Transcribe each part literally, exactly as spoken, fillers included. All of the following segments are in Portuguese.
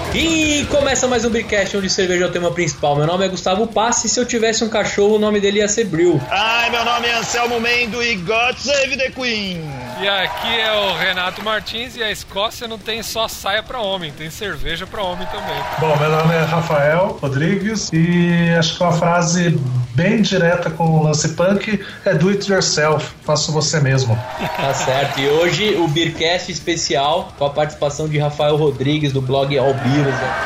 E começa mais um Beercast, onde cerveja é o tema principal. Meu nome é Gustavo Passi e se eu tivesse um cachorro, o nome dele ia ser Bril. Ai, meu nome é Anselmo Mendo e God Save the Queen. E aqui é o Renato Martins e a Escócia não tem só saia pra homem, tem cerveja pra homem também. Bom, meu nome é Rafael Rodrigues e acho que uma frase bem direta com o lance punk é do it yourself, faça você mesmo. Tá certo, e hoje o Beercast especial com a participação de Rafael Rodrigues do blog All Beers.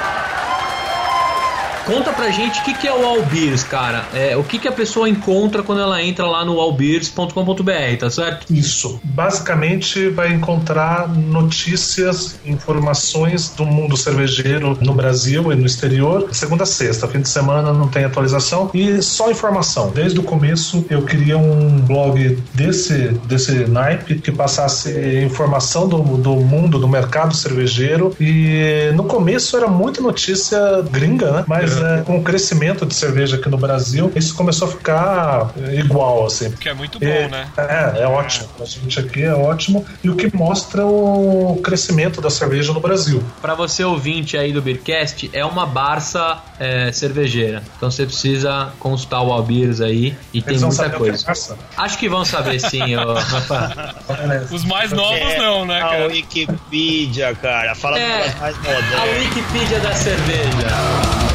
Conta pra gente o que, que é o All Beers, cara. É, o que, que a pessoa encontra quando ela entra lá no all beers ponto com ponto b r, tá certo? Isso. Basicamente vai encontrar notícias, informações do mundo cervejeiro no Brasil e no exterior, segunda a sexta. Fim de semana não tem atualização e só informação. Desde o começo eu queria um blog desse, desse naipe que passasse informação do, do mundo, do mercado cervejeiro, e no começo era muita notícia gringa, né? Mas É, com o crescimento de cerveja aqui no Brasil, isso começou a ficar igual, assim. Que é muito bom, e, né? É, é ótimo. A gente aqui é ótimo. E o que mostra o crescimento da cerveja no Brasil. Pra você ouvinte aí do Beercast, é uma Barça é, cervejeira. Então você precisa consultar o All Beers aí e tem muita coisa. Acho que vão saber sim, ô, Rafa. Os mais novos é, não, né, cara? A Wikipedia, cara. Fala é, das mais modernas. A Wikipedia da cerveja.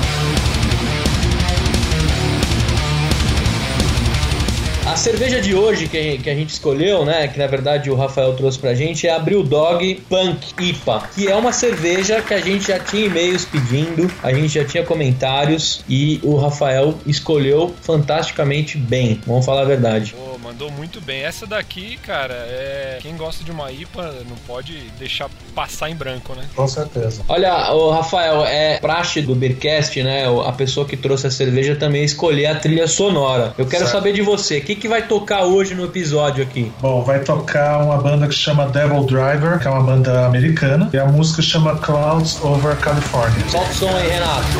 A cerveja de hoje que a gente escolheu, né, que na verdade o Rafael trouxe pra gente, é a Brewdog Punk I P A, que é uma cerveja que a gente já tinha e-mails pedindo, a gente já tinha comentários e o Rafael escolheu fantasticamente bem, vamos falar a verdade. Oh, mandou muito bem. Essa daqui, cara, é... quem gosta de uma I P A não pode deixar passar em branco, né? Com certeza. Olha, o Rafael, é praxe do Beercast, né, a pessoa que trouxe a cerveja também escolher a trilha sonora. Eu quero certo. saber de você, o que que vai tocar hoje no episódio aqui? Bom, vai tocar uma banda que se chama Devil Driver, que é uma banda americana, e a música chama Clouds Over California. Solta o som aí, Renato.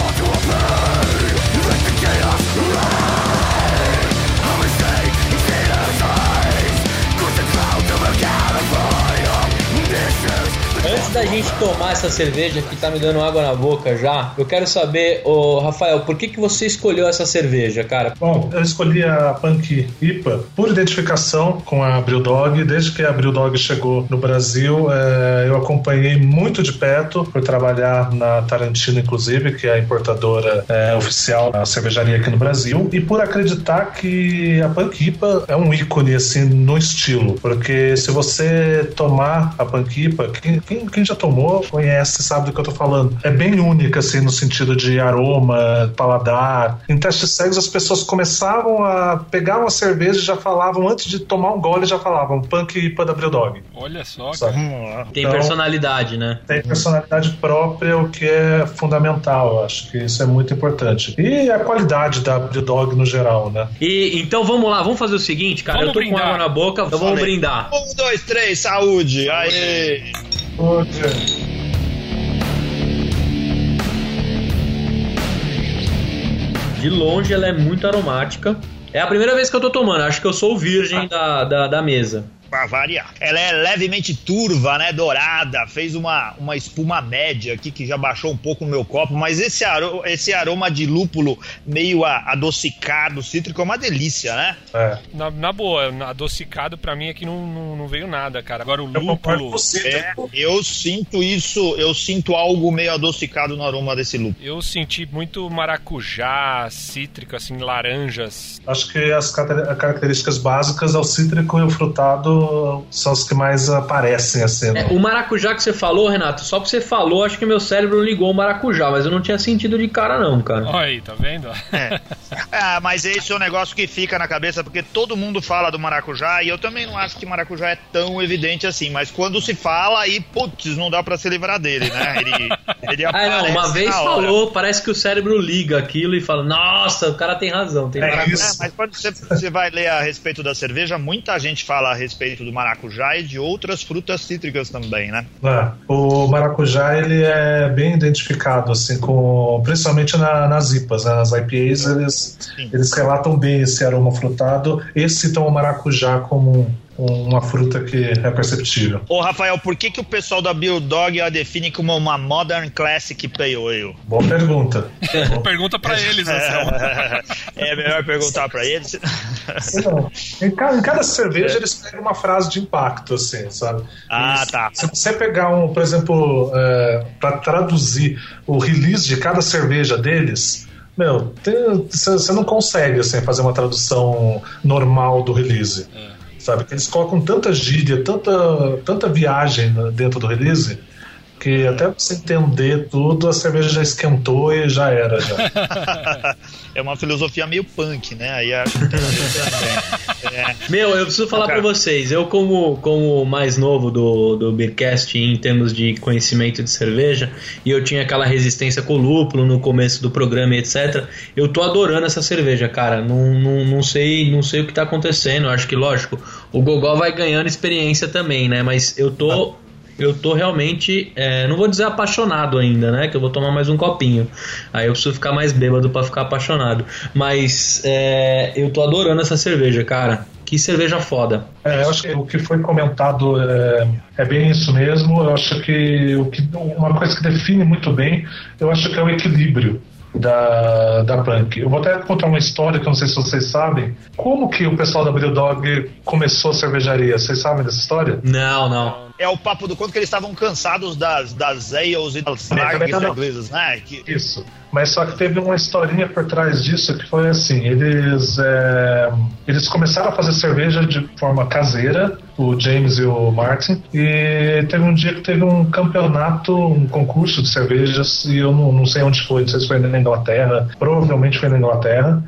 Antes da gente tomar essa cerveja que tá me dando água na boca já, eu quero saber, ô Rafael, por que que você escolheu essa cerveja, cara? Bom, eu escolhi a Punk I P A por identificação com a Brewdog. Desde que a Brewdog chegou no Brasil, é, eu acompanhei muito de perto, por trabalhar na Tarantino, inclusive, que é a importadora é, oficial da cervejaria aqui no Brasil, e por acreditar que a Punk I P A é um ícone, assim, no estilo, porque se você tomar a Punk I P A, quem, quem Quem já tomou, conhece, sabe do que eu tô falando. É bem única, assim, no sentido de aroma, paladar. Em testes cegos, as pessoas começavam a pegar uma cerveja e já falavam, antes de tomar um gole, já falavam Punk I P A da Brewdog. Olha só, cara. Tem então, personalidade, né? Tem personalidade própria, o que é fundamental. Eu acho que isso é muito importante. E a qualidade da Brewdog no geral, né? E então vamos lá, vamos fazer o seguinte, cara. Vamos eu tô brindar. com água na boca, então vamos brindar. Um, dois, três, saúde! Aê! De longe ela é muito aromática. É a primeira vez que eu tô tomando, acho que eu sou o virgem da, da, da mesa. Pra variar. Ela é levemente turva, né? Dourada. Fez uma, uma espuma média aqui que já baixou um pouco no meu copo. Mas esse, aro, esse aroma de lúpulo meio adocicado, cítrico, é uma delícia, né? É. Na, na boa, adocicado pra mim aqui não, não, não veio nada, cara. Agora o lúpulo... É, eu sinto isso, eu sinto algo meio adocicado no aroma desse lúpulo. Eu senti muito maracujá, cítrico, assim, laranjas. Acho que as características básicas é o cítrico e o frutado são os que mais aparecem, assim. É, o maracujá que você falou, Renato, só que você falou, acho que meu cérebro ligou o maracujá, mas eu não tinha sentido de cara não, cara. Olha aí, tá vendo? É. Ah, mas esse é um negócio que fica na cabeça, porque todo mundo fala do maracujá, e eu também não acho que maracujá é tão evidente assim, mas quando se fala, aí, putz, não dá pra se livrar dele, né? Ele, ele ah, não, uma vez falou, parece que o cérebro liga aquilo e fala, nossa, o cara tem razão, tem é maracujá. isso. É, mas quando você, você vai ler a respeito da cerveja, muita gente fala a respeito do maracujá e de outras frutas cítricas também, né? É, o maracujá, ele é bem identificado, assim, com, principalmente na, nas I P As, né? Nas I P As, eles, eles relatam bem esse aroma frutado e citam o maracujá como uma fruta que é perceptível. Ô, Rafael, por que, que o pessoal da BrewDog a define como uma Modern Classic Pale Ale? Boa pergunta. Pergunta pra eles, Anselmo. É melhor perguntar pra eles. Não. Em, cada, em cada cerveja eles pegam uma frase de impacto, assim, sabe? Ah, e, tá. Se você pegar um, por exemplo, é, para traduzir o release de cada cerveja deles, meu, você não consegue assim, fazer uma tradução normal do release. É. Sabe? Eles colocam tanta gíria, tanta, tanta viagem dentro do release, que até você entender tudo, a cerveja já esquentou e já era. Já. É uma filosofia meio punk, né? Aí acho que tem também. É. Meu, eu preciso falar pra vocês, eu como, como mais novo do, do Beercast em termos de conhecimento de cerveja, e eu tinha aquela resistência com o lúpulo no começo do programa e etcétera, eu tô adorando essa cerveja, cara. Não, não, não, sei, não sei o que tá acontecendo, eu acho que, lógico, o Gogó vai ganhando experiência também, né? Mas eu tô... Eu tô realmente, é, não vou dizer apaixonado ainda, né? Que eu vou tomar mais um copinho. Aí eu preciso ficar mais bêbado pra ficar apaixonado. Mas é, eu tô adorando essa cerveja, cara. Que cerveja foda. É, eu acho que o que foi comentado é, é bem isso mesmo. Eu acho que, o que uma coisa que define muito bem, eu acho que é o equilíbrio da, da Punk. Eu vou até contar uma história que eu não sei se vocês sabem. Como que o pessoal da BrewDog começou a cervejaria? Vocês sabem dessa história? Não, não. É o papo do quanto que eles estavam cansados das, das ales e das lages inglesas, né? Que... Isso. Mas só que teve uma historinha por trás disso que foi assim, eles é, eles começaram a fazer cerveja de forma caseira, o James e o Martin, e teve um dia que teve um campeonato, um concurso de cervejas, e eu não, não sei onde foi, não sei se foi na Inglaterra, provavelmente foi na Inglaterra,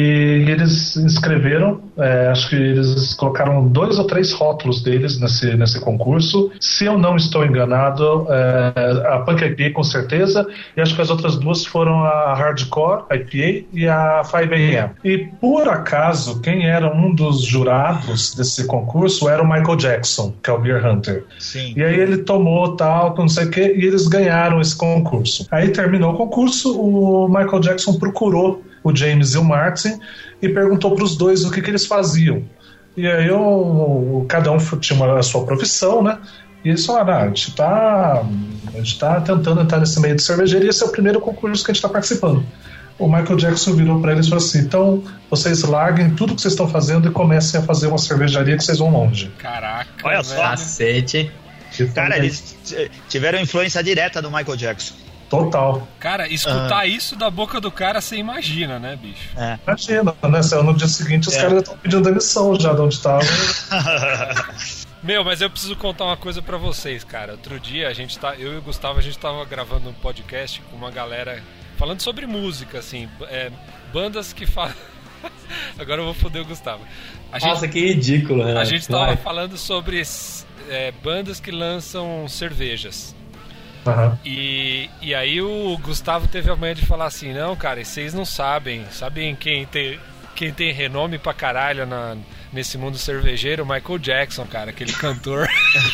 e eles inscreveram, é, acho que eles colocaram dois ou três rótulos deles nesse, nesse concurso. Se eu não estou enganado, é, a Punk I P A com certeza, e acho que as outras duas foram a Hardcore I P A e a cinco A M. E por acaso, quem era um dos jurados desse concurso era o Michael Jackson, que é o Beer Hunter. Sim. E aí ele tomou tal, não sei o que, e eles ganharam esse concurso. Aí terminou o concurso, o Michael Jackson procurou o James e o Martin e perguntou para os dois o que, que eles faziam. E aí eu, cada um tinha uma, a sua profissão, né? E eles falaram, ah, a gente está a gente tá tentando entrar nesse meio de cervejaria e esse é o primeiro concurso que a gente está participando. O Michael Jackson virou para eles e falou assim, então vocês larguem tudo que vocês estão fazendo e comecem a fazer uma cervejaria que vocês vão longe. Caraca, olha só. Cacete. Cara, eles tiveram influência direta do Michael Jackson. Total. Cara, escutar uhum. isso da boca do cara, você imagina, né, bicho? É. Imagina, né? No dia seguinte os é. caras já estão pedindo demissão já de onde estavam. Meu, mas eu preciso contar uma coisa pra vocês, cara. Outro dia, a gente tá, eu e o Gustavo, a gente tava gravando um podcast com uma galera falando sobre música, assim, é, bandas que falam... Agora eu vou foder o Gustavo. A Nossa, gente, que ridículo, Renato. A gente tava Vai. falando sobre é, bandas que lançam cervejas. Uhum. E, e aí o Gustavo teve a manha de falar assim, não, cara, vocês não sabem. Sabem quem tem, quem tem renome pra caralho na, nesse mundo cervejeiro? Michael Jackson, cara, aquele cantor.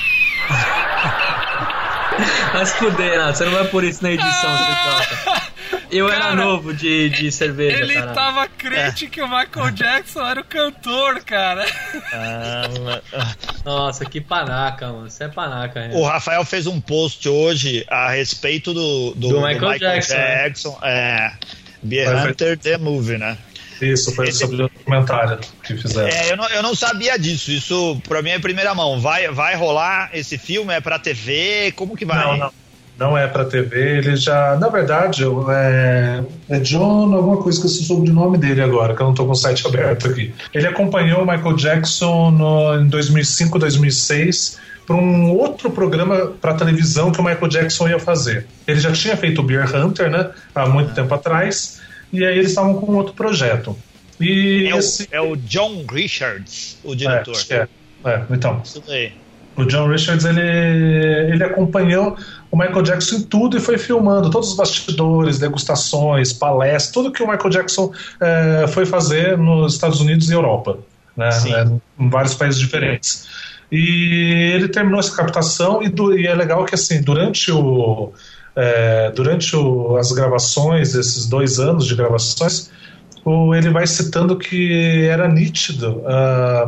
Mas fuder, Renato, você não vai por isso na edição, você toca. Eu cara, era novo de, de cerveja, ele caralho. Tava crente é. que o Michael Jackson era o cantor, cara. Ah, nossa, que panaca, mano. Isso é panaca, Renato. O Rafael fez um post hoje a respeito do, do, do Michael, do Michael Jackson, Jackson né? é, Beer Hunter The Movie, né? Isso, foi Esse... sobre o documentário que fizeram. É, eu não, eu não sabia disso. Isso, pra mim, é primeira mão. Vai, vai rolar esse filme? É pra T V? Como que vai? Não, não. Não é pra T V, ele já... Na verdade, é, é John, alguma coisa que eu soube o nome dele agora, que eu não tô com o site aberto aqui. Ele acompanhou o Michael Jackson no, em dois mil e cinco, dois mil e seis para um outro programa para televisão que o Michael Jackson ia fazer. Ele já tinha feito o Beer Hunter, né? Há muito tempo atrás, e aí eles estavam com outro projeto. E é, esse... o, é o John Richards, o diretor. É, é, é então... Isso aí. O John Richards, ele, ele acompanhou o Michael Jackson em tudo e foi filmando todos os bastidores, degustações, palestras, tudo que o Michael Jackson é, foi fazer nos Estados Unidos e Europa, né, né, em vários países diferentes. E ele terminou essa captação e, do, e é legal que assim, durante o é, durante o, as gravações, esses dois anos de gravações, o, ele vai citando que era nítido uh,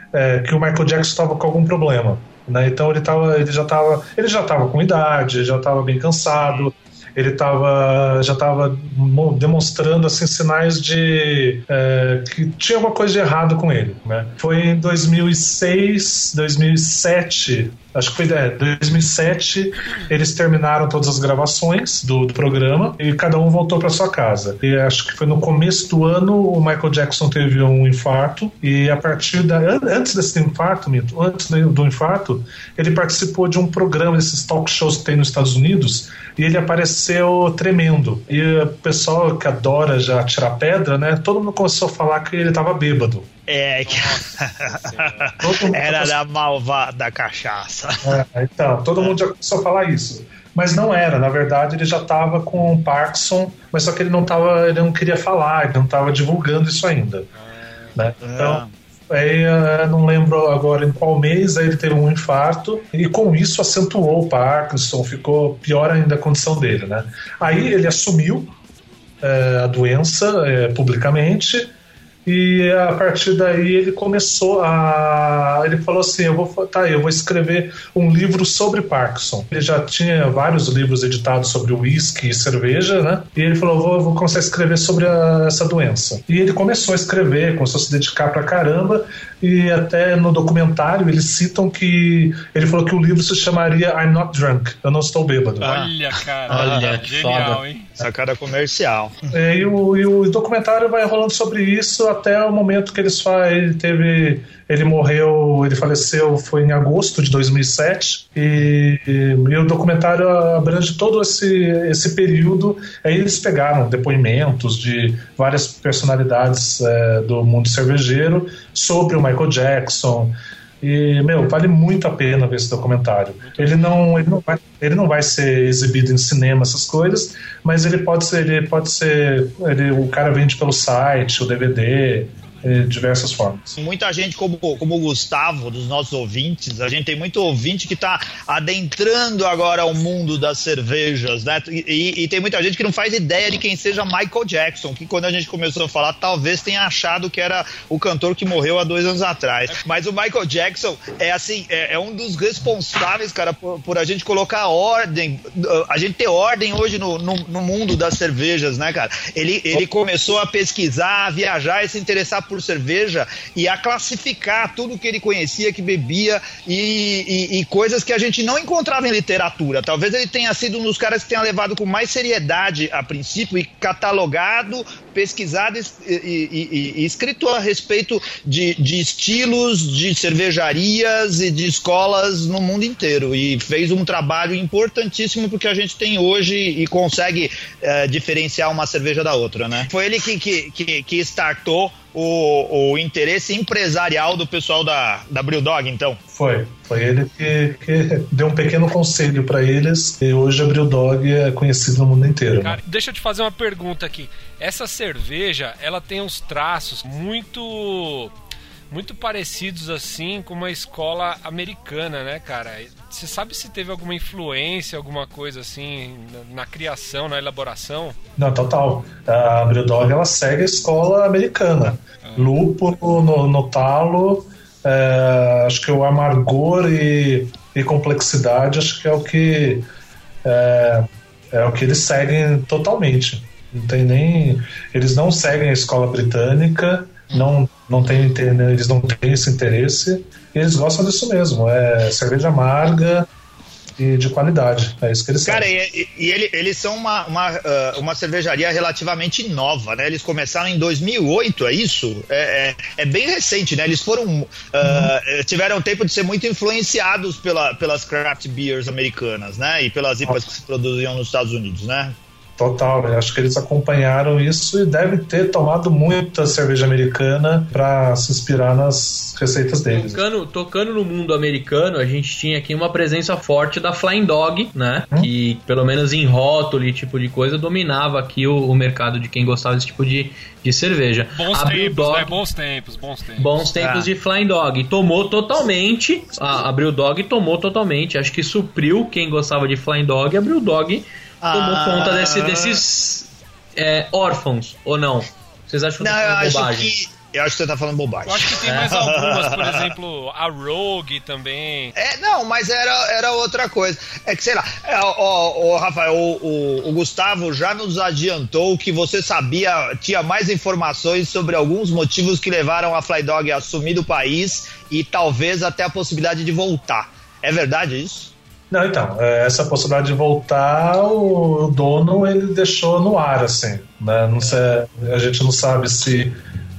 é, que o Michael Jackson estava com algum problema, né? Então ele, tava, ele já estava ele já estava com idade, já estava bem cansado. Ele tava, já estava demonstrando assim, sinais de é, que tinha alguma coisa de errado com ele, né? Foi em dois mil e seis, dois mil e sete, acho que foi é, dois mil e sete, eles terminaram todas as gravações do, do programa e cada um voltou para sua casa. E acho que foi no começo do ano o Michael Jackson teve um infarto e a partir da antes desse infarto, Mito, antes do, do infarto, ele participou de um programa desses talk shows que tem nos Estados Unidos e ele apareceu tremendo. E o pessoal que adora já tirar pedra, né? Todo mundo começou a falar que ele tava bêbado. É, que... era da malvada cachaça. É, então, todo mundo já começou a falar isso. Mas não era, na verdade ele já estava com Parkinson, mas só que ele não tava, ele não queria falar, ele não estava divulgando isso ainda. Né? Então, aí, eu não lembro agora em qual mês, aí ele teve um infarto e com isso acentuou o Parkinson, ficou pior ainda a condição dele, né? Aí ele assumiu é, a doença é, publicamente e a partir daí ele começou a... ele falou assim, eu vou, tá, eu vou escrever um livro sobre Parkinson. Ele já tinha vários livros editados sobre uísque e cerveja, né? E ele falou, vou, vou começar a escrever sobre a, essa doença. E ele começou a escrever, começou a se dedicar pra caramba e até no documentário eles citam que ele falou que o livro se chamaria I'm Not Drunk, eu não estou bêbado. Olha, cara, olha que genial, foda. Hein? Sacada comercial. É, e, o, e o documentário vai rolando sobre isso até o momento que eles fa- ele teve, ele morreu, ele faleceu, foi em agosto de dois mil e sete e, e, e o documentário abrange todo esse, esse período. Aí eles pegaram depoimentos de várias personalidades é, do mundo cervejeiro sobre o Michael Jackson. E, meu, vale muito a pena ver esse documentário. Ele não, ele não, vai, ele não vai ser exibido em cinema, essas coisas, mas ele pode ser, ele pode ser ele, o cara vende pelo site, o D V D, de diversas formas. Muita gente como, como o Gustavo, dos nossos ouvintes, a gente tem muito ouvinte que está adentrando agora ao mundo das cervejas, né? E, e tem muita gente que não faz ideia de quem seja Michael Jackson, que quando a gente começou a falar, talvez tenha achado que era o cantor que morreu há dois anos atrás. Mas o Michael Jackson é assim, é, é um dos responsáveis, cara, por, por a gente colocar ordem, a gente ter ordem hoje no, no, no mundo das cervejas, né, cara? Ele, ele começou a pesquisar, a viajar e se interessar por cerveja e a classificar tudo que ele conhecia, que bebia e, e, e coisas que a gente não encontrava em literatura. Talvez ele tenha sido um dos caras que tenha levado com mais seriedade a princípio e catalogado, pesquisado e, e, e, e escrito a respeito de, de estilos, de cervejarias e de escolas no mundo inteiro e fez um trabalho importantíssimo porque a gente tem hoje e consegue é, diferenciar uma cerveja da outra, né? Foi ele que, que, que, que startou O, o interesse empresarial do pessoal da, da Brewdog, então? Foi, foi ele que, que deu um pequeno conselho para eles e hoje a Brewdog é conhecida no mundo inteiro. Cara, deixa eu te fazer uma pergunta aqui. Essa cerveja, ela tem uns traços muito... muito parecidos assim com uma escola americana, né, cara? Você sabe se teve alguma influência, alguma coisa assim na, na criação, na elaboração? Não, total. A Brewdog, ela segue a escola americana. Ah. Lúpulo no, no talo, é, acho que o amargor e, e complexidade, acho que é o que é, é o que eles seguem totalmente. Não tem nem, eles não seguem a escola britânica. Não, não tem, eles não têm esse interesse e eles gostam disso mesmo, é cerveja amarga e de qualidade, é isso que eles Cara, sabem. e, e ele, eles são uma, uma, uma cervejaria relativamente nova, né? Eles começaram em dois mil e oito, é isso? É, é, é bem recente, né? Eles foram uhum. uh, tiveram tempo de ser muito influenciados pela, pelas craft beers americanas, né? E pelas I P As que se produziam nos Estados Unidos, né? Total, eu acho que eles acompanharam isso e devem ter tomado muita cerveja americana para se inspirar nas receitas deles. Tocando, tocando no mundo americano, a gente tinha aqui uma presença forte da Flying Dog, né? Hum? Que, pelo menos em rótulo e tipo de coisa, dominava aqui o, o mercado de quem gostava desse tipo de, de cerveja. Bons a tempos, Dog, né? Bons tempos, bons tempos. Bons tempos ah. de Flying Dog. Tomou totalmente, a, a Brewdog tomou totalmente. Acho que supriu quem gostava de Flying Dog, a Brewdog tomou ah. conta desse, desses é, órfãos, ou não? Vocês acham que não, é eu bobagem? acho que Eu acho que você tá falando bobagem. Eu acho que tem mais algumas, por exemplo, a Rogue também. É, não, mas era, era outra coisa. É que, sei lá, é, ó, ó, Rafael, o, o, o Gustavo já nos adiantou que você sabia, tinha mais informações sobre alguns motivos que levaram a Fly Dog a assumir o país e talvez até a possibilidade de voltar. É verdade isso? Não, então, essa possibilidade de voltar, o dono ele deixou no ar, assim, né? Não sei, a gente não sabe se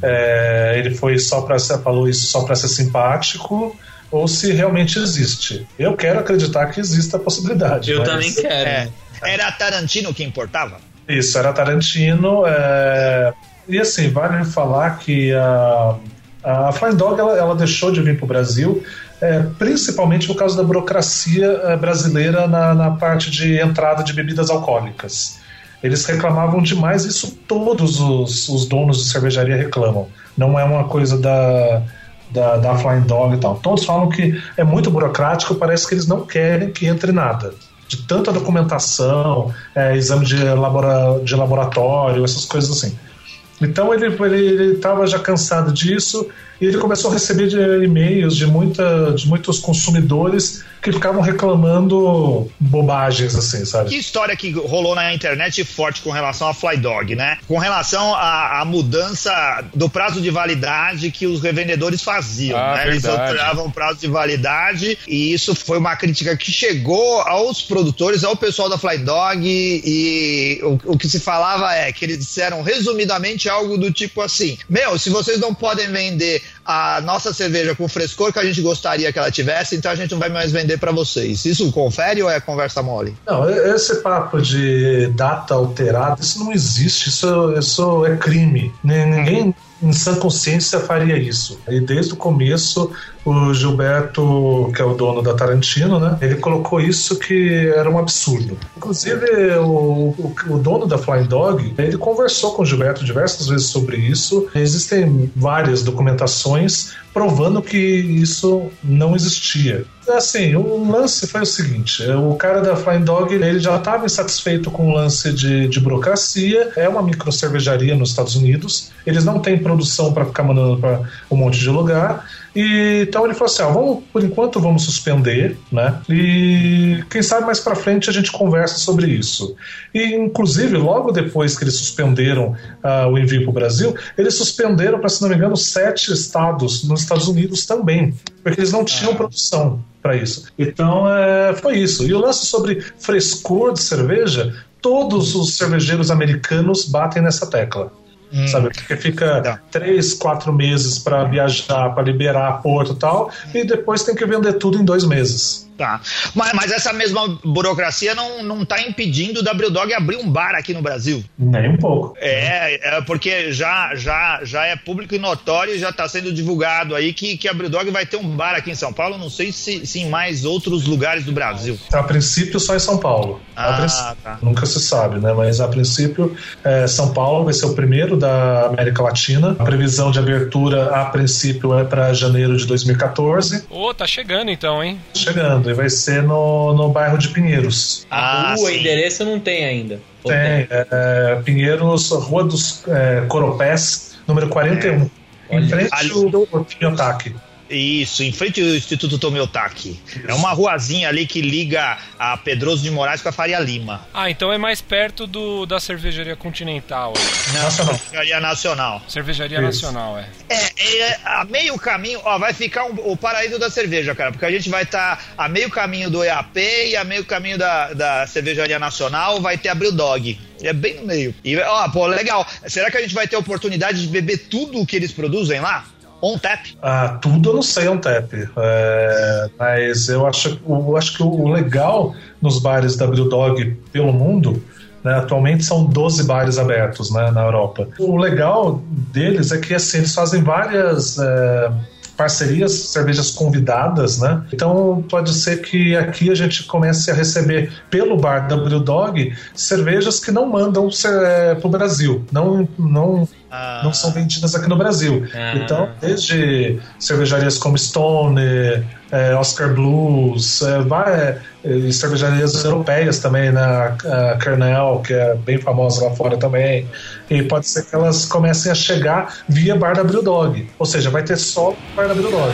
é, ele foi só para falou isso só para ser simpático ou se realmente existe. Eu quero acreditar que existe a possibilidade. Eu mas... também quero. É, era Tarantino que importava? Isso, era Tarantino. É... E assim, vale falar que a, a Flying Dog ela, ela deixou de vir para o Brasil. É, principalmente por causa da burocracia é, brasileira na, na parte de entrada de bebidas alcoólicas. Eles reclamavam demais, isso todos os, os donos de cervejaria reclamam. Não é uma coisa da, da, da Flying Dog e tal. Todos falam que é muito burocrático, parece que eles não querem que entre nada. De tanta documentação, é, exame de, labora, de laboratório, essas coisas assim. Então ele estava já cansado disso e ele começou a receber de e-mails de, muita, de muitos consumidores que ficavam reclamando bobagens, assim, sabe? Que história que rolou na internet forte com relação à Fly Dog, né? Com relação à, à mudança do prazo de validade que os revendedores faziam, ah, né? Eles alteravam o prazo de validade e isso foi uma crítica que chegou aos produtores, ao pessoal da Fly Dog e, e o, o que se falava é que eles disseram resumidamente algo do tipo assim: meu, se vocês não podem vender a nossa cerveja com o frescor que a gente gostaria que ela tivesse, então a gente não vai mais vender para vocês. Isso confere ou é conversa mole? Não, esse papo de data alterada, isso não existe, isso, isso é crime. Ninguém em sã consciência faria isso. E desde o começo o Gilberto, que é o dono da Tarantino, né, ele colocou isso que era um absurdo. Inclusive o, o, o dono da Flying Dog, ele conversou com o Gilberto diversas vezes sobre isso. Existem várias documentações provando que isso não existia. Assim, o lance foi o seguinte: o cara da Flying Dog, ele já estava insatisfeito com o lance de, de burocracia. É uma micro cervejaria nos Estados Unidos, eles não têm produção para ficar mandando para um monte de lugar. E então ele falou assim: ah, vamos, por enquanto vamos suspender, né? E quem sabe mais para frente a gente conversa sobre isso. E inclusive logo depois que eles suspenderam uh, o envio para o Brasil, eles suspenderam, para se não me engano, sete estados nos Estados Unidos também, porque eles não tinham produção para isso. Então é, foi isso. E o lance sobre frescor de cerveja, todos os cervejeiros americanos batem nessa tecla. Hum. Sabe, porque fica tá. três, quatro meses para viajar, para liberar porto e tal, e depois tem que vender tudo em dois meses. Tá. Mas, mas essa mesma burocracia não, não tá impedindo da Brewdog abrir um bar aqui no Brasil? Nem um pouco. É, é porque já, já, já é público e notório, já está sendo divulgado aí que, que a Brewdog vai ter um bar aqui em São Paulo, não sei se, se em mais outros lugares do Brasil. A princípio só em São Paulo. Ah, tá. Nunca se sabe, né? Mas a princípio é, São Paulo vai ser o primeiro da América Latina. A previsão de abertura a princípio é para janeiro de dois mil e catorze. Ô, oh, tá chegando então, hein? Chegando. E vai ser no, no bairro de Pinheiros. Ah, o endereço não tem ainda. Tem, tem? É, é, Pinheiros, Rua dos é, Coropés, número quarenta e um. É. Em frente ali do Tomiotaki. Isso, em frente ao Instituto Tomiotaki. É uma ruazinha ali que liga a Pedroso de Moraes com a Faria Lima. Ah, então é mais perto do, da Cervejaria Continental. Não, Nacional. Cervejaria Nacional. Cervejaria Isso. Nacional, é. É, é, a meio caminho, ó, vai ficar um, o paraíso da cerveja, cara, porque a gente vai estar tá a meio caminho do E A P e a meio caminho da, da Cervejaria Nacional vai ter a Brewdog. É bem no meio. E, ó, pô, legal. Será que a gente vai ter oportunidade de beber tudo o que eles produzem lá? On tap? Ah, tudo eu não sei on tap. É, mas eu acho, eu acho que o legal nos bares da Brewdog pelo mundo, né, atualmente são doze bares abertos, né, na Europa. O legal deles é que assim, eles fazem várias é, parcerias, cervejas convidadas, né? Então pode ser que aqui a gente comece a receber pelo bar da Brewdog cervejas que não mandam é, pro Brasil. Não... não Ah. não são vendidas aqui no Brasil. Ah. Então, desde cervejarias como Stone, é, Oscar Blues, é, vai, é, cervejarias europeias também, né? A, a Kernel, que é bem famosa lá fora também. E pode ser que elas comecem a chegar via Bar da Brewdog. Ou seja, vai ter só Bar da Brewdog.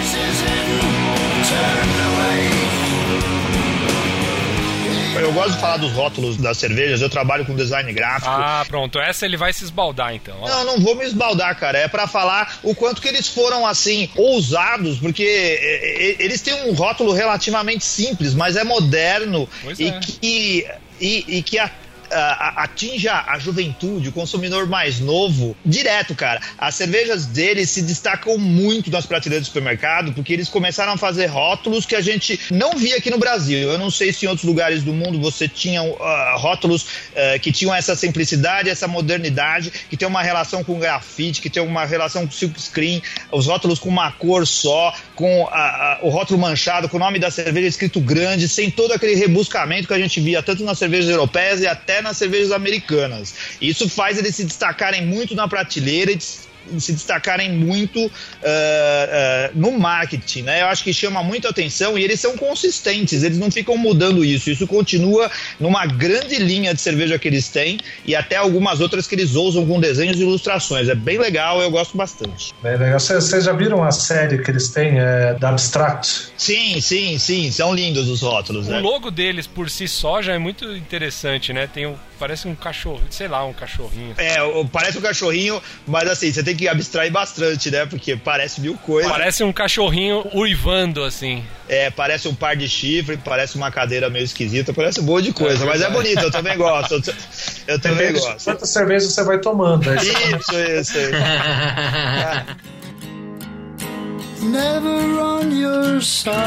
Eu gosto de falar dos rótulos das cervejas, eu trabalho com design gráfico. Ah, pronto, essa ele vai se esbaldar então. Ó. Não, não vou me esbaldar, cara, é pra falar o quanto que eles foram, assim, ousados, porque eles têm um rótulo relativamente simples, mas é moderno pois e, é. Que, e, e que a Uh, atinja a juventude, o consumidor mais novo, direto, cara. As cervejas deles se destacam muito nas prateleiras do supermercado, porque eles começaram a fazer rótulos que a gente não via aqui no Brasil. Eu não sei se em outros lugares do mundo você tinha uh, rótulos uh, que tinham essa simplicidade, essa modernidade, que tem uma relação com grafite, que tem uma relação com silkscreen, os rótulos com uma cor só, com uh, uh, o rótulo manchado, com o nome da cerveja escrito grande, sem todo aquele rebuscamento que a gente via tanto nas cervejas europeias e até nas cervejas americanas. Isso faz eles se destacarem muito na prateleira e se destacarem muito uh, uh, no marketing, né? Eu acho que chama muita atenção e eles são consistentes, eles não ficam mudando isso, isso continua numa grande linha de cerveja que eles têm e até algumas outras que eles ousam com desenhos e ilustrações, é bem legal, eu gosto bastante. Bem legal, vocês já viram a série que eles têm, é, da Abstract? Sim, sim, sim, são lindos os rótulos. O né? logo deles por si só já é muito interessante, né? Tem um, parece um cachorro, sei lá, um cachorrinho. É, parece um cachorrinho, mas assim, você tem que abstrair bastante, né? Porque parece mil coisas. Parece um cachorrinho uivando, assim. É, parece um par de chifre, parece uma cadeira meio esquisita, parece um monte de coisa, é mas é bonito, eu também gosto. Eu, eu também Depende gosto. De quantas cervejas você vai tomando. Aí isso, você isso, isso. ah. Never on your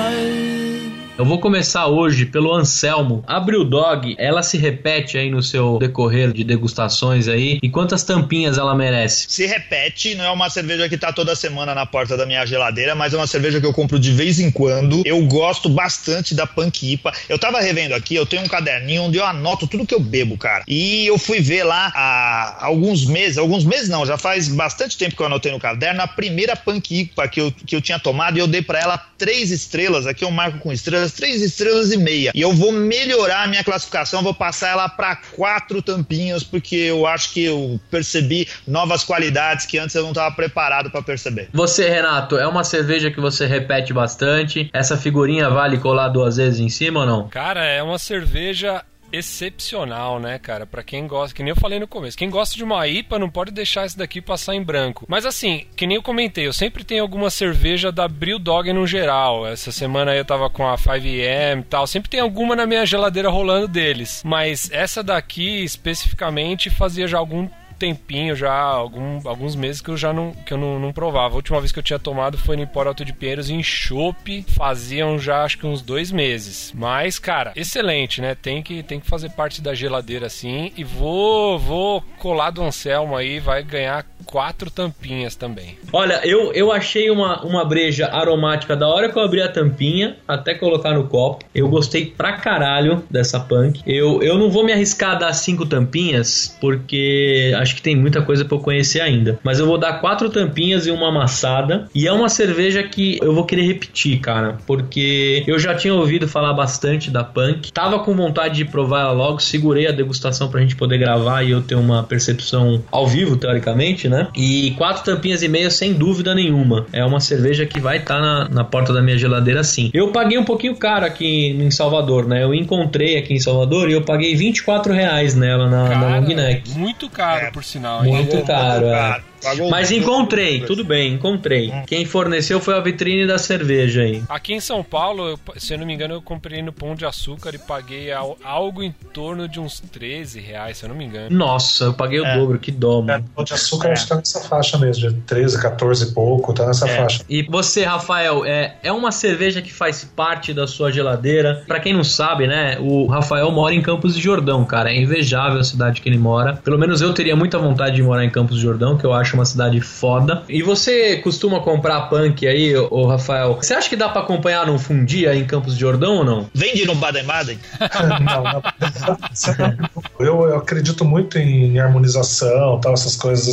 side. Eu vou começar hoje pelo Anselmo. A Brewdog, ela se repete aí no seu decorrer de degustações aí. E quantas tampinhas ela merece? Se repete, não é uma cerveja que tá toda semana na porta da minha geladeira, mas é uma cerveja que eu compro de vez em quando. Eu gosto bastante da Punk I P A. Eu tava revendo aqui, eu tenho um caderninho onde eu anoto tudo que eu bebo, cara. E eu fui ver lá há alguns meses, alguns meses não, já faz bastante tempo que eu anotei no caderno, a primeira Punk I P A que eu, que eu tinha tomado e eu dei pra ela três estrelas. Aqui eu marco com estrelas, três estrelas e meia. E eu vou melhorar a minha classificação, vou passar ela para quatro tampinhas, porque eu acho que eu percebi novas qualidades que antes eu não estava preparado para perceber. Você, Renato, é uma cerveja que você repete bastante? Essa figurinha vale colar duas vezes em cima ou não? Cara, é uma cerveja excepcional, né, cara? Pra quem gosta, que nem eu falei no começo, quem gosta de uma I P A não pode deixar esse daqui passar em branco. Mas assim, que nem eu comentei, eu sempre tenho alguma cerveja da Brewdog no geral. Essa semana aí eu tava com a cinco E M e tal, sempre tem alguma na minha geladeira rolando deles. Mas essa daqui, especificamente, fazia já algum tempinho, já algum, alguns meses que eu já não, que eu não, não provava. A última vez que eu tinha tomado foi no Empório Alto de Pinheiros em chopp, faziam já acho que uns dois meses. Mas, cara, excelente, né? Tem que, tem que fazer parte da geladeira assim. E vou, vou colar do Anselmo aí, vai ganhar quatro tampinhas também. Olha, eu, eu achei uma, uma breja aromática da hora que eu abri a tampinha, até colocar no copo. Eu gostei pra caralho dessa Punk. Eu, eu não vou me arriscar a dar cinco tampinhas, porque acho que tem muita coisa pra eu conhecer ainda. Mas eu vou dar quatro tampinhas e uma amassada. E é uma cerveja que eu vou querer repetir, cara, porque eu já tinha ouvido falar bastante da Punk. Tava com vontade de provar ela logo, segurei a degustação pra gente poder gravar e eu ter uma percepção ao vivo, teoricamente, né? E quatro tampinhas e meia sem dúvida nenhuma. É uma cerveja que vai estar tá na, na porta da minha geladeira sim. Eu paguei um pouquinho caro aqui em Salvador, né? Eu encontrei aqui em Salvador e eu paguei vinte e quatro reais nela na, cara, na long neck. Muito caro, é, por sinal. Muito hein? caro, muito é. caro. Mas encontrei, tudo bem, encontrei. Quem forneceu foi a vitrine da cerveja aí. Aqui em São Paulo, eu, se eu não me engano, eu comprei no Pão de Açúcar e paguei algo em torno de uns treze reais, se eu não me engano. Nossa, eu paguei o é. dobro, que dó, mano. É, Pão de Açúcar é. acho que tá nessa faixa mesmo, de treze, catorze e pouco, tá nessa é. faixa. E você, Rafael, é, é uma cerveja que faz parte da sua geladeira. Pra quem não sabe, né, o Rafael mora em Campos do Jordão, cara. É invejável a cidade que ele mora. Pelo menos eu teria muita vontade de morar em Campos do Jordão, que eu acho uma cidade foda. E você costuma comprar Punk aí, ô Rafael? Você acha que dá pra acompanhar num fundi aí em Campos de Jordão ou não? Vende no Baden-Baden? não, não. Eu, eu acredito muito em harmonização, tal, essas coisas assim,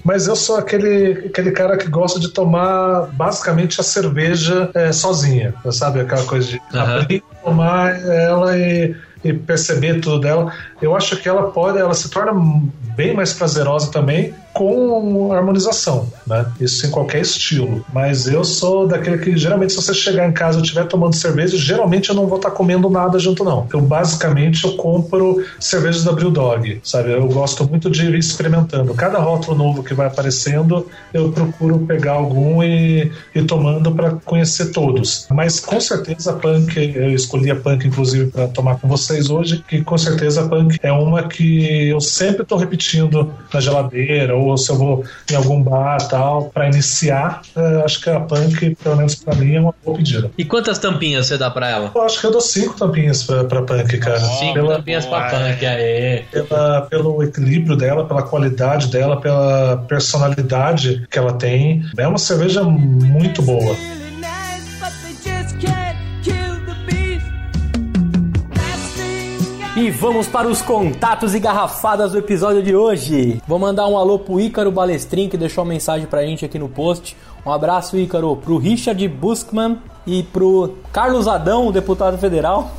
mas eu sou aquele, aquele cara que gosta de tomar basicamente a cerveja é, sozinha, sabe? Aquela coisa de uhum. abrir, tomar ela e, e perceber tudo dela. Eu acho que ela pode, ela se torna bem mais prazerosa também com harmonização, né? Isso em qualquer estilo. Mas eu sou daquele que, geralmente, se você chegar em casa e estiver tomando cerveja, geralmente eu não vou estar comendo nada junto, não. Eu, basicamente, eu compro cervejas da Brewdog, sabe? Eu gosto muito de ir experimentando. Cada rótulo novo que vai aparecendo, eu procuro pegar algum e ir tomando para conhecer todos. Mas, com certeza, a Punk, eu escolhi a Punk, inclusive, para tomar com vocês hoje, que, com certeza, a Punk é uma que eu sempre estou repetindo na geladeira, ou se eu vou em algum bar e tal, pra iniciar, é, acho que a Punk, pelo menos pra mim, é uma boa pedida. E quantas tampinhas você dá pra ela? Eu acho que eu dou cinco tampinhas pra, pra Punk, cara. Oh, cinco pela, tampinhas boa, pra Punk, aê. Pela, pelo equilíbrio dela, pela qualidade dela, pela personalidade que ela tem. É uma cerveja muito boa. E vamos para os contatos e garrafadas do episódio de hoje. Vou mandar um alô pro Ícaro Balestrin, que deixou uma mensagem pra gente aqui no post. Um abraço, Ícaro, pro Richard Buskman e pro Carlos Adão, deputado federal.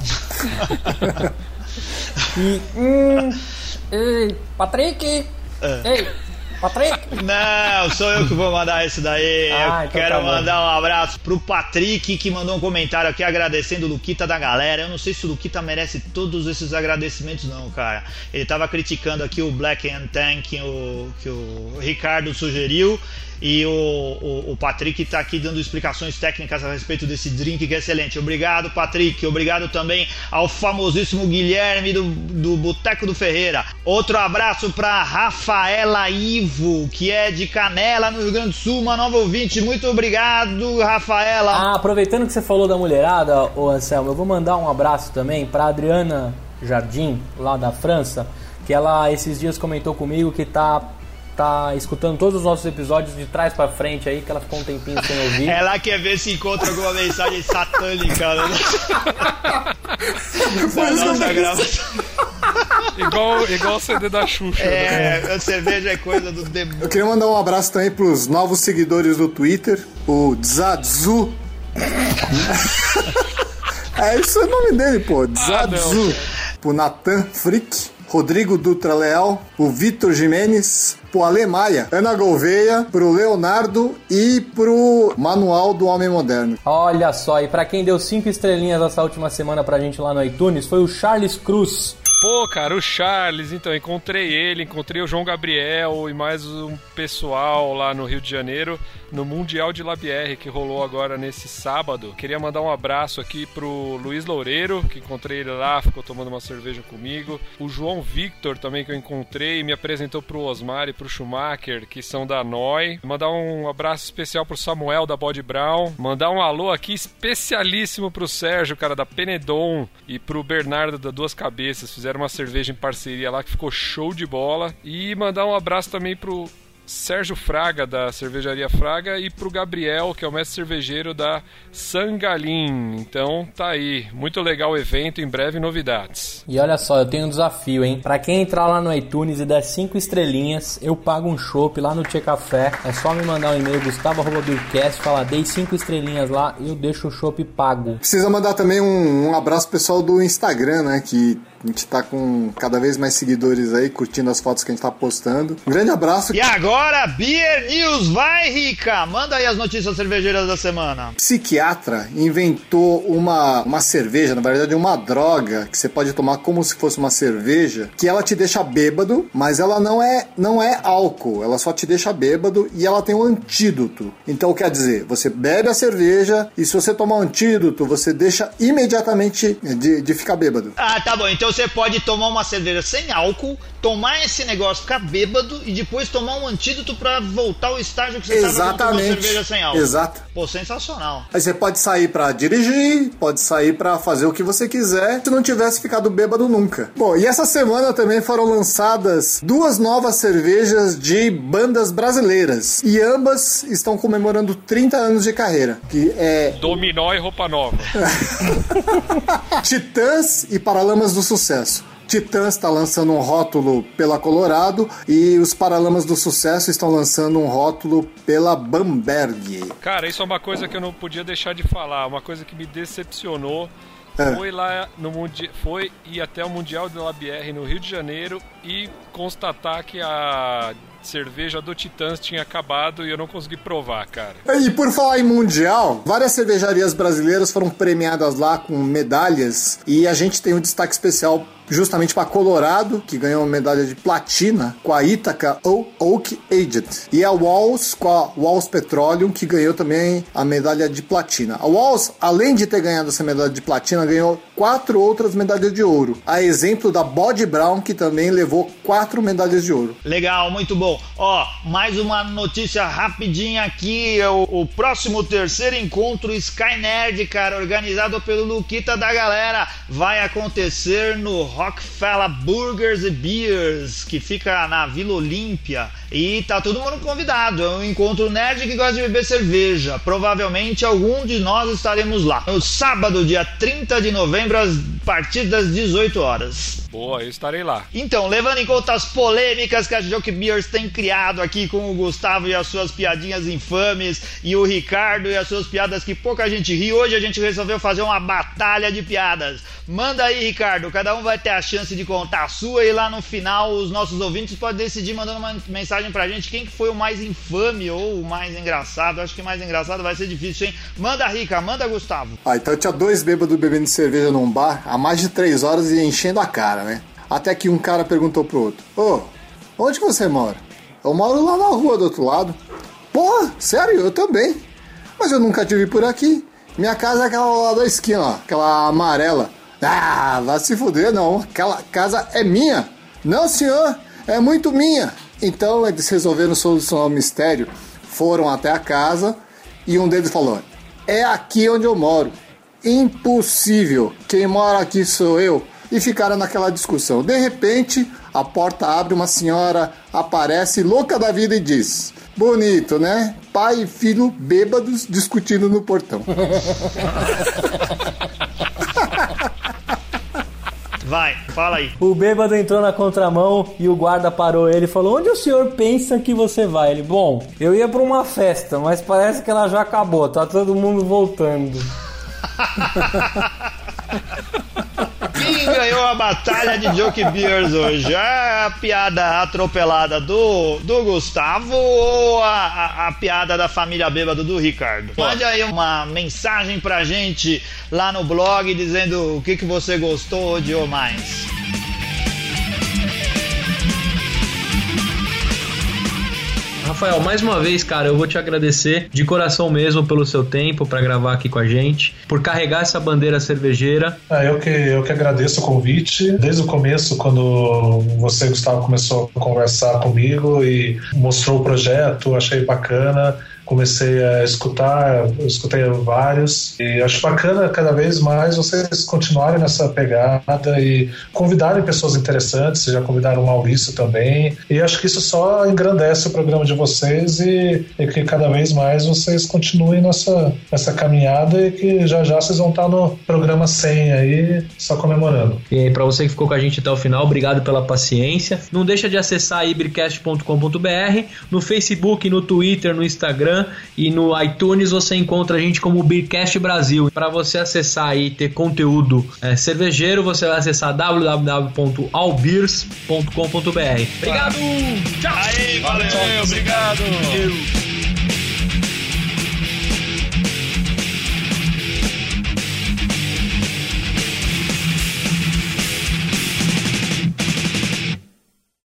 e... Hum, ei, Patrick! É. Ei, Patrick? Não, sou eu que vou mandar esse daí. Ah, eu então quero tá mandar um abraço pro Patrick, que mandou um comentário aqui agradecendo o Luquita da galera. Eu não sei se o Luquita merece todos esses agradecimentos não, cara. Ele tava criticando aqui o Black and Tan que o, que o Ricardo sugeriu. E o, o, o Patrick tá aqui dando explicações técnicas a respeito desse drink que é excelente. Obrigado, Patrick. Obrigado também ao famosíssimo Guilherme do, do Boteco do Ferreira. Outro abraço pra Rafaela Ivo, que é de Canela, no Rio Grande do Sul, uma nova ouvinte. Muito obrigado, Rafaela. Ah, aproveitando que você falou da mulherada, ô Anselmo, eu vou mandar um abraço também pra Adriana Jardim, lá da França, que ela esses dias comentou comigo que tá... tá escutando todos os nossos episódios de trás pra frente aí, que ela ficou um tempinho sem ouvir. Ela quer ver se encontra alguma mensagem satânica, né? Nossa gravação. Igual, igual o C D da Xuxa. É, né? A cerveja é coisa do demônio. Eu queria mandar um abraço também pros novos seguidores do Twitter, o Dzadzu. É, isso é o nome dele, pô, Dzadzu. Ah, o Nathan Frick, Rodrigo Dutra Leal, o Vitor Jimenez, pro Ale Maia, Ana Gouveia, pro Leonardo e pro Manual do Homem Moderno. Olha só, e pra quem deu cinco estrelinhas essa última semana pra gente lá no iTunes foi o Charles Cruz. Pô, cara, o Charles, então, encontrei ele, encontrei o João Gabriel e mais um pessoal lá no Rio de Janeiro, no Mundial de Labière, que rolou agora nesse sábado. Queria mandar um abraço aqui pro Luiz Loureiro, que encontrei ele lá, ficou tomando uma cerveja comigo. O João Victor também, que eu encontrei, me apresentou pro Osmar e pro Schumacher, que são da N O I. Mandar um abraço especial pro Samuel, da Bode Brown. Mandar um alô aqui especialíssimo pro Sérgio, cara, da Penedon, e pro Bernardo, da Duas Cabeças. Fizeram uma cerveja em parceria lá que ficou show de bola. E mandar um abraço também pro Sérgio Fraga, da Cervejaria Fraga, e pro Gabriel, que é o mestre cervejeiro da Sangalim. Então tá aí, muito legal o evento, em breve novidades. E olha só, eu tenho um desafio, hein? Pra quem entrar lá no iTunes e der cinco estrelinhas, eu pago um chopp lá no Tchê Café. É só me mandar um e-mail, gustavo arroba beercast, falar, dei cinco estrelinhas lá, eu deixo o chopp pago. Precisa mandar também um, um abraço pro pessoal do Instagram, né? Que a gente tá com cada vez mais seguidores aí, curtindo as fotos que a gente tá postando. Um grande abraço. E agora, Beer News, vai, Rica! Manda aí as notícias cervejeiras da semana. Psiquiatra inventou uma, uma cerveja, na verdade uma droga, que você pode tomar como se fosse uma cerveja, que ela te deixa bêbado, mas ela não é, não é álcool, ela só te deixa bêbado e ela tem um antídoto. Então quer dizer, você bebe a cerveja e se você tomar um antídoto, você deixa imediatamente de, de ficar bêbado. Ah, tá bom, então você pode tomar uma cerveja sem álcool, tomar esse negócio, ficar bêbado e depois tomar um antídoto pra voltar ao estágio que você estava quando tomou cerveja sem álcool. Exato. Pô, sensacional. Aí você pode sair pra dirigir, pode sair pra fazer o que você quiser, se não tivesse ficado bêbado nunca. Bom, e essa semana também foram lançadas duas novas cervejas de bandas brasileiras. E ambas estão comemorando trinta anos de carreira. Que é... Dominó e Roupa Nova. Titãs e Paralamas do Sucesso. Titãs está lançando um rótulo pela Colorado e os Paralamas do Sucesso estão lançando um rótulo pela Bamberg. Cara, isso é uma coisa que eu não podia deixar de falar, uma coisa que me decepcionou. É. Foi lá no mundi... foi ir até o Mundial de La Bière no Rio de Janeiro e constatar que a cerveja do Titãs tinha acabado e eu não consegui provar, cara. E por falar em Mundial, várias cervejarias brasileiras foram premiadas lá com medalhas e a gente tem um destaque especial justamente para Colorado, que ganhou uma medalha de platina com a Ítaca Oak Aged. E a Walls com a Walls Petroleum, que ganhou também a medalha de platina. A Walls, além de ter ganhado essa medalha de platina, ganhou quatro outras medalhas de ouro. A exemplo da Bod Brown, que também levou quatro medalhas de ouro. Legal, muito bom. Ó, mais uma notícia rapidinha aqui. O, o próximo terceiro encontro Sky Nerd, cara, organizado pelo Luquita da galera, vai acontecer no Rockefeller Burgers and Beers, que fica na Vila Olímpia, e tá todo mundo convidado. É um encontro nerd que gosta de beber cerveja. Provavelmente algum de nós estaremos lá no sábado, dia trinta de novembro, a partir das dezoito horas. Boa, eu estarei lá. Então, levando em conta as polêmicas que a Joke Beers tem criado aqui com o Gustavo e as suas piadinhas infames, e o Ricardo e as suas piadas que pouca gente ri, hoje a gente resolveu fazer uma batalha de piadas. Manda aí, Ricardo, cada um vai ter a chance de contar a sua e lá no final os nossos ouvintes podem decidir mandando uma mensagem pra gente quem que foi o mais infame ou o mais engraçado. Acho que mais engraçado vai ser difícil, hein? Manda, Rica, manda, Gustavo. Ah, então tinha dois bêbados bebendo cerveja num bar há mais de três horas e enchendo a cara, né? Até que um cara perguntou pro outro: Ô, onde que você mora? Eu moro lá na rua do outro lado. Porra, sério? Eu também. Mas eu nunca tive por aqui. Minha casa é aquela lá da esquina, ó, aquela amarela. Ah, vai se fuder, não. Aquela casa é minha. Não, senhor, é muito minha. Então eles resolveram solucionar o mistério. Foram até a casa e um deles falou: é aqui onde eu moro. Impossível. Quem mora aqui sou eu. E ficaram naquela discussão. De repente, a porta abre, uma senhora aparece louca da vida e diz: bonito, né? Pai e filho bêbados discutindo no portão. Vai, fala aí. O bêbado entrou na contramão e o guarda parou ele e falou: onde o senhor pensa que você vai? Ele: bom, eu ia pra uma festa, mas parece que ela já acabou, tá todo mundo voltando. Quem ganhou a batalha de Joke Beers hoje? É a piada atropelada do, do Gustavo ou a, a, a piada da família bêbada do Ricardo? Mande aí uma mensagem pra gente lá no blog dizendo o que, que você gostou ou odiou mais. Rafael, mais uma vez, cara, eu vou te agradecer de coração mesmo pelo seu tempo para gravar aqui com a gente, por carregar essa bandeira cervejeira. Ah, eu, que, eu que agradeço o convite. Desde o começo, quando você, Gustavo, começou a conversar comigo e mostrou o projeto, achei bacana. Comecei a escutar, eu escutei vários e acho bacana cada vez mais vocês continuarem nessa pegada e convidarem pessoas interessantes. Vocês já convidaram o Maurício também, e acho que isso só engrandece o programa de vocês e, e que cada vez mais vocês continuem nessa, nessa caminhada e que já já vocês vão estar no programa cem aí, só comemorando. E aí, pra você que ficou com a gente até o final, obrigado pela paciência. Não deixa de acessar ibercast ponto com ponto b r, no Facebook, no Twitter, no Instagram e no iTunes você encontra a gente como Beercast Brasil. Para você acessar e ter conteúdo é, cervejeiro, você vai acessar w w w ponto all beers ponto com ponto b r. Obrigado! Tchau! Aí, valeu, valeu, obrigado! Valeu.